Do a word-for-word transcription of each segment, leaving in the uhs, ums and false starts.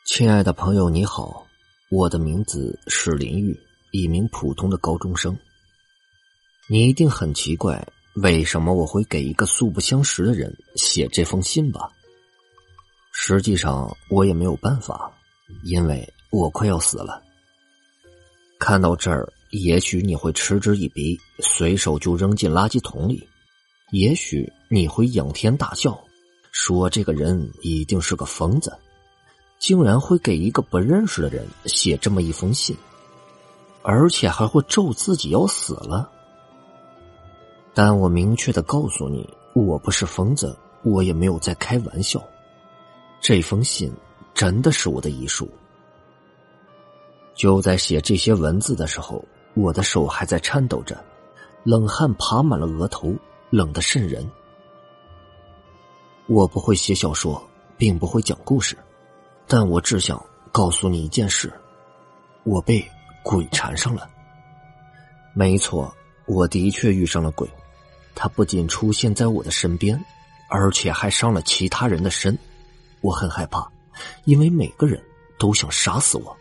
亲爱的朋友你好，我的名字是林玉，一名普通的高中生。你一定很奇怪，为什么我会给一个素不相识的人写这封信吧？实际上我也没有办法，因为我快要死了。看到这儿，也许你会嗤之以鼻，随手就扔进垃圾桶里，也许你会仰天大笑，说这个人一定是个疯子，竟然会给一个不认识的人写这么一封信，而且还会咒自己要死了。但我明确地告诉你，我不是疯子，我也没有在开玩笑。这封信真的是我的遗书。就在写这些文字的时候，我的手还在颤抖着，冷汗爬满了额头，冷得渗人。我不会写小说，并不会讲故事，但我只想告诉你一件事，我被鬼缠上了。没错，我的确遇上了鬼，他不仅出现在我的身边，而且还伤了其他人的身。我很害怕，因为每个人都想杀死我。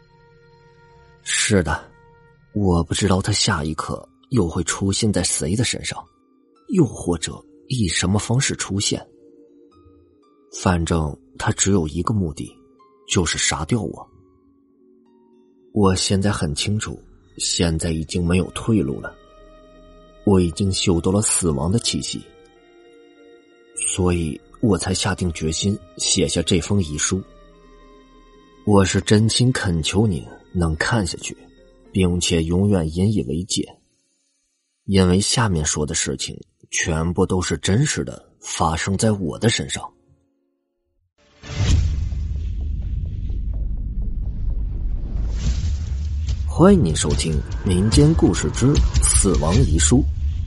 是的，我不知道他下一刻又会出现在谁的身上，又或者以什么方式出现。反正他只有一个目的，就是杀掉我。我现在很清楚，现在已经没有退路了，我已经嗅到了死亡的气息，所以我才下定决心写下这封遗书。我是真心恳求你能看下去，并且永远引以为戒，因为下面说的事情全部都是真实的，发生在我的身上。欢迎你收听民间故事之死亡遗书。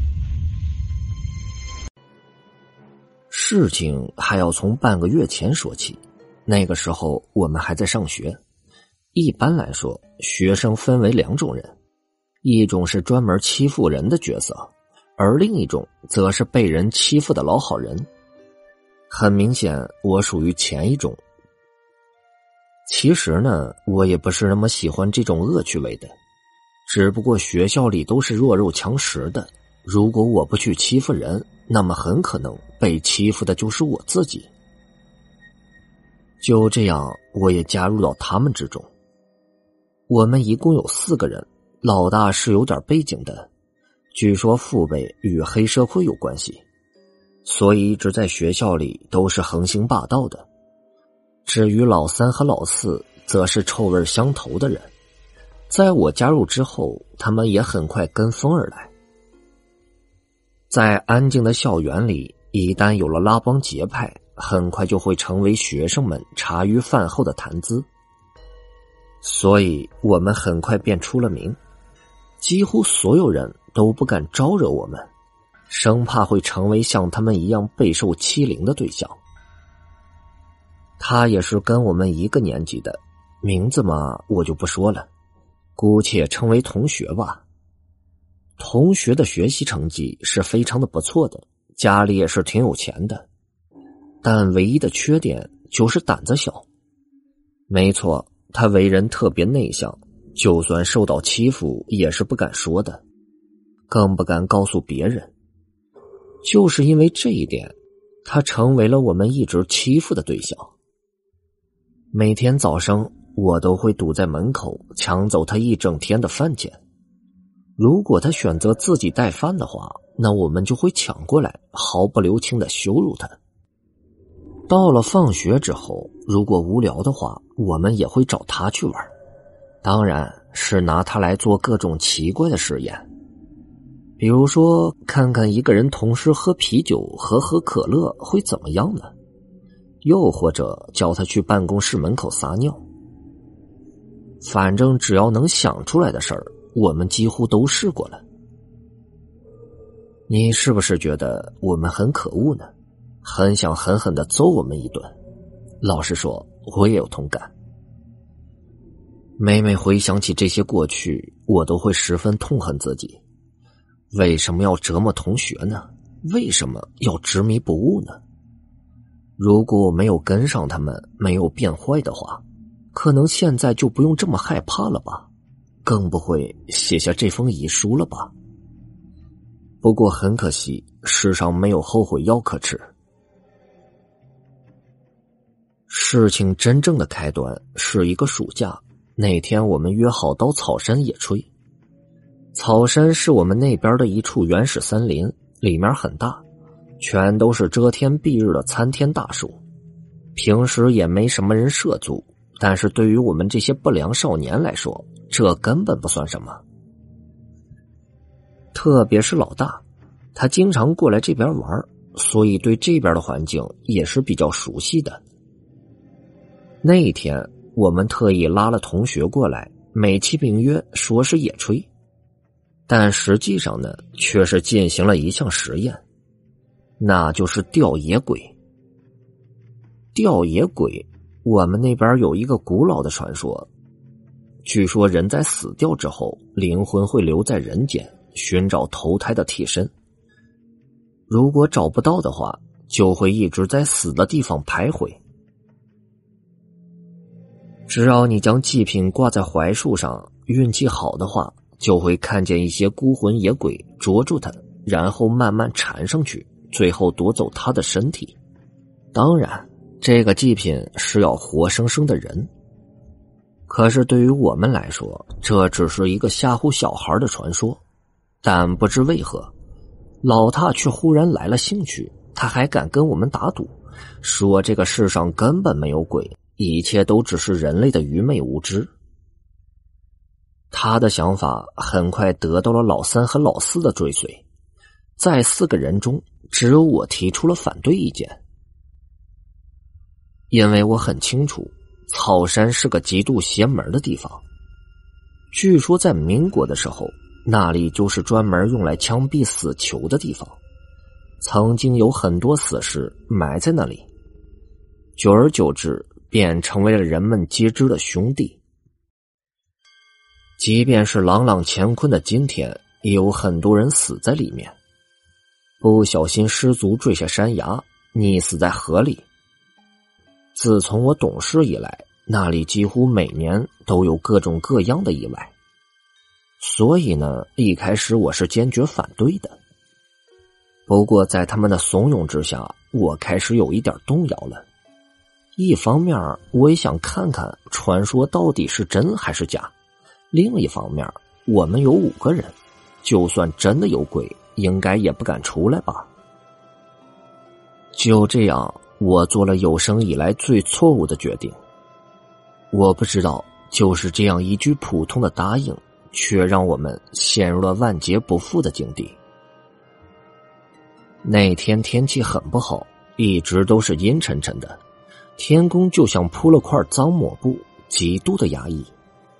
事情还要从半个月前说起，那个时候我们还在上学。一般来说，学生分为两种人，一种是专门欺负人的角色，而另一种则是被人欺负的老好人。很明显，我属于前一种。其实呢，我也不是那么喜欢这种恶趣味的，只不过学校里都是弱肉强食的，如果我不去欺负人，那么很可能被欺负的就是我自己。就这样，我也加入到他们之中。我们一共有四个人，老大是有点背景的，据说父辈与黑社会有关系，所以一直在学校里都是横行霸道的。至于老三和老四，则是臭味相投的人，在我加入之后，他们也很快跟风而来。在安静的校园里，一旦有了拉帮结派，很快就会成为学生们茶余饭后的谈资。所以我们很快便出了名，几乎所有人都不敢招惹我们，生怕会成为像他们一样备受欺凌的对象。他也是跟我们一个年级的，名字嘛我就不说了，姑且称为同学吧。同学的学习成绩是非常的不错的，家里也是挺有钱的，但唯一的缺点就是胆子小。没错，他为人特别内向，就算受到欺负也是不敢说的，更不敢告诉别人。就是因为这一点，他成为了我们一直欺负的对象。每天早上我都会堵在门口抢走他一整天的饭钱，如果他选择自己带饭的话，那我们就会抢过来，毫不留情地羞辱他。到了放学之后，如果无聊的话，我们也会找他去玩，当然是拿他来做各种奇怪的实验。比如说，看看一个人同时喝啤酒和喝可乐会怎么样呢？又或者叫他去办公室门口撒尿。反正只要能想出来的事儿，我们几乎都试过了。你是不是觉得我们很可恶呢？很想狠狠地揍我们一顿？老实说，我也有同感。每每回想起这些过去，我都会十分痛恨自己。为什么要折磨同学呢？为什么要执迷不悟呢？如果我没有跟上他们，没有变坏的话， 可能现在就不用这么害怕了吧，更不会写下这封遗书了吧。不过很可惜，世上没有后悔药可吃。事情真正的开端是一个暑假，那天我们约好到草山野炊。草山是我们那边的一处原始森林，里面很大，全都是遮天蔽日的参天大树，平时也没什么人涉足，但是对于我们这些不良少年来说，这根本不算什么。特别是老大，他经常过来这边玩，所以对这边的环境也是比较熟悉的。那一天我们特意拉了同学过来，美其名曰说是野炊，但实际上呢，却是进行了一项实验，那就是吊野鬼。吊野鬼，我们那边有一个古老的传说，据说人在死掉之后，灵魂会留在人间，寻找投胎的替身。如果找不到的话，就会一直在死的地方徘徊。只要你将祭品挂在槐树上，运气好的话，就会看见一些孤魂野鬼捉住它，然后慢慢缠上去，最后夺走他的身体。当然，这个祭品是要活生生的人。可是对于我们来说，这只是一个吓唬小孩的传说。但不知为何，老大却忽然来了兴趣，他还敢跟我们打赌，说这个世上根本没有鬼，一切都只是人类的愚昧无知。他的想法很快得到了老三和老四的追随，在四个人中，只有我提出了反对意见。因为我很清楚，草山是个极度邪门的地方。据说在民国的时候，那里就是专门用来枪毙死囚的地方，曾经有很多死尸埋在那里，久而久之便成为了人们皆知的凶地。即便是朗朗乾坤的今天，也有很多人死在里面，不小心失足坠下山崖，溺死在河里。自从我懂事以来，那里几乎每年都有各种各样的意外，所以呢，一开始我是坚决反对的。不过在他们的怂恿之下，我开始有一点动摇了。一方面我也想看看传说到底是真还是假，另一方面我们有五个人，就算真的有鬼，应该也不敢出来吧。就这样，我做了有生以来最错误的决定。我不知道，就是这样一句普通的答应，却让我们陷入了万劫不复的境地。那天天气很不好，一直都是阴沉沉的，天空就像铺了块脏抹布，极度的压抑。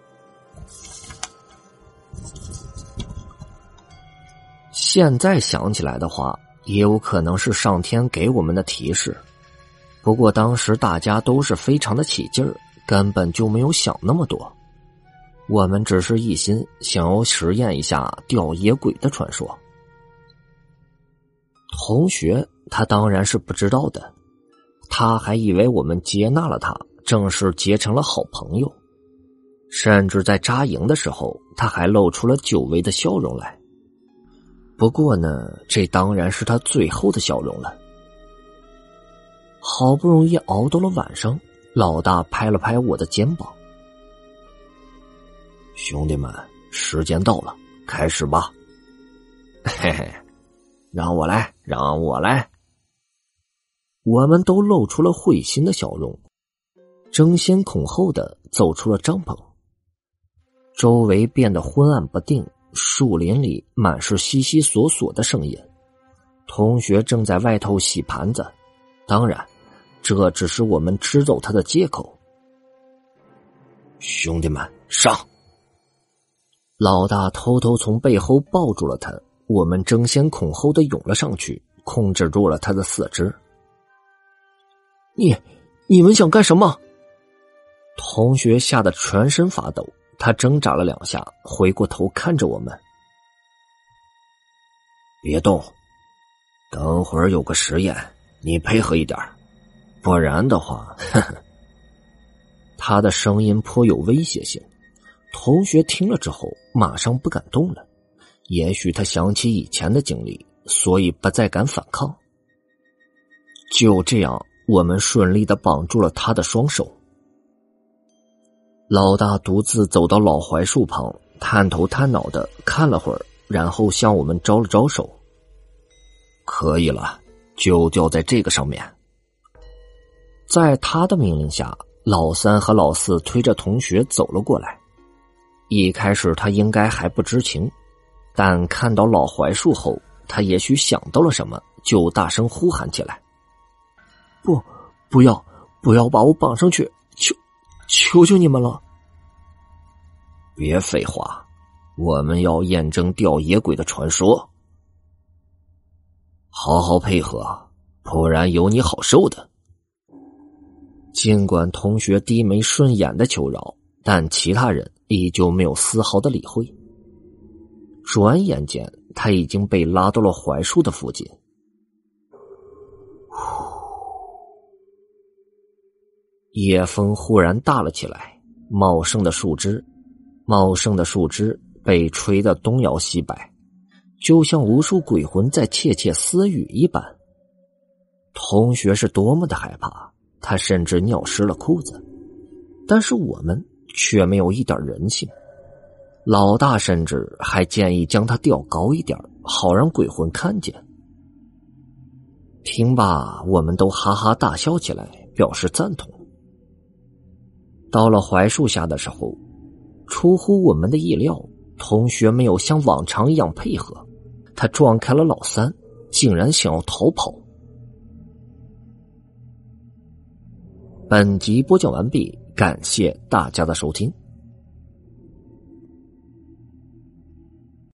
现在想起来的话，也有可能是上天给我们的提示。不过当时大家都是非常的起劲儿，根本就没有想那么多。我们只是一心想要实验一下吊野鬼的传说。同学他当然是不知道的，他还以为我们接纳了他，正式结成了好朋友。甚至在扎营的时候，他还露出了久违的笑容来。不过呢，这当然是他最后的笑容了。好不容易熬到了晚上，老大拍了拍我的肩膀：“兄弟们，时间到了，开始吧。”嘿嘿，让我来，让我来。我们都露出了会心的笑容，争先恐后的走出了帐篷。周围变得昏暗不定，树林里满是悉悉索索的声音。同学正在外头洗盘子，当然这只是我们吃走他的借口。兄弟们，上！老大偷偷从背后抱住了他，我们争先恐后的涌了上去，控制住了他的四肢。你你们想干什么？同学吓得全身发抖，他挣扎了两下，回过头看着我们。别动，等会儿有个实验，你配合一点，不然的话，呵呵。 他的声音颇有威胁性。同学听了之后马上不敢动了，也许他想起以前的经历，所以不再敢反抗。就这样，我们顺利地绑住了他的双手。老大独自走到老槐树旁，探头探脑地看了会儿，然后向我们招了招手。可以了，就吊在这个上面。在他的命令下，老三和老四推着同学走了过来。一开始他应该还不知情，但看到老槐树后，他也许想到了什么，就大声呼喊起来：不，不要，不要把我绑上去，求求求你们了！别废话，我们要验证吊野鬼的传说。好好配合，不然有你好受的。尽管同学低眉顺眼的求饶，但其他人依旧没有丝毫的理会。转眼间，他已经被拉到了槐树的附近。野风忽然大了起来，茂盛的树枝，茂盛的树枝被吹得东摇西摆，就像无数鬼魂在窃窃私语一般。同学是多么的害怕，他甚至尿湿了裤子，但是我们却没有一点人性。老大甚至还建议将他吊高一点，好让鬼魂看见。听罢，我们都哈哈大笑起来，表示赞同。到了槐树下的时候，出乎我们的意料，同学没有像往常一样配合，他撞开了老三，竟然想要逃跑。本集播讲完毕，感谢大家的收听。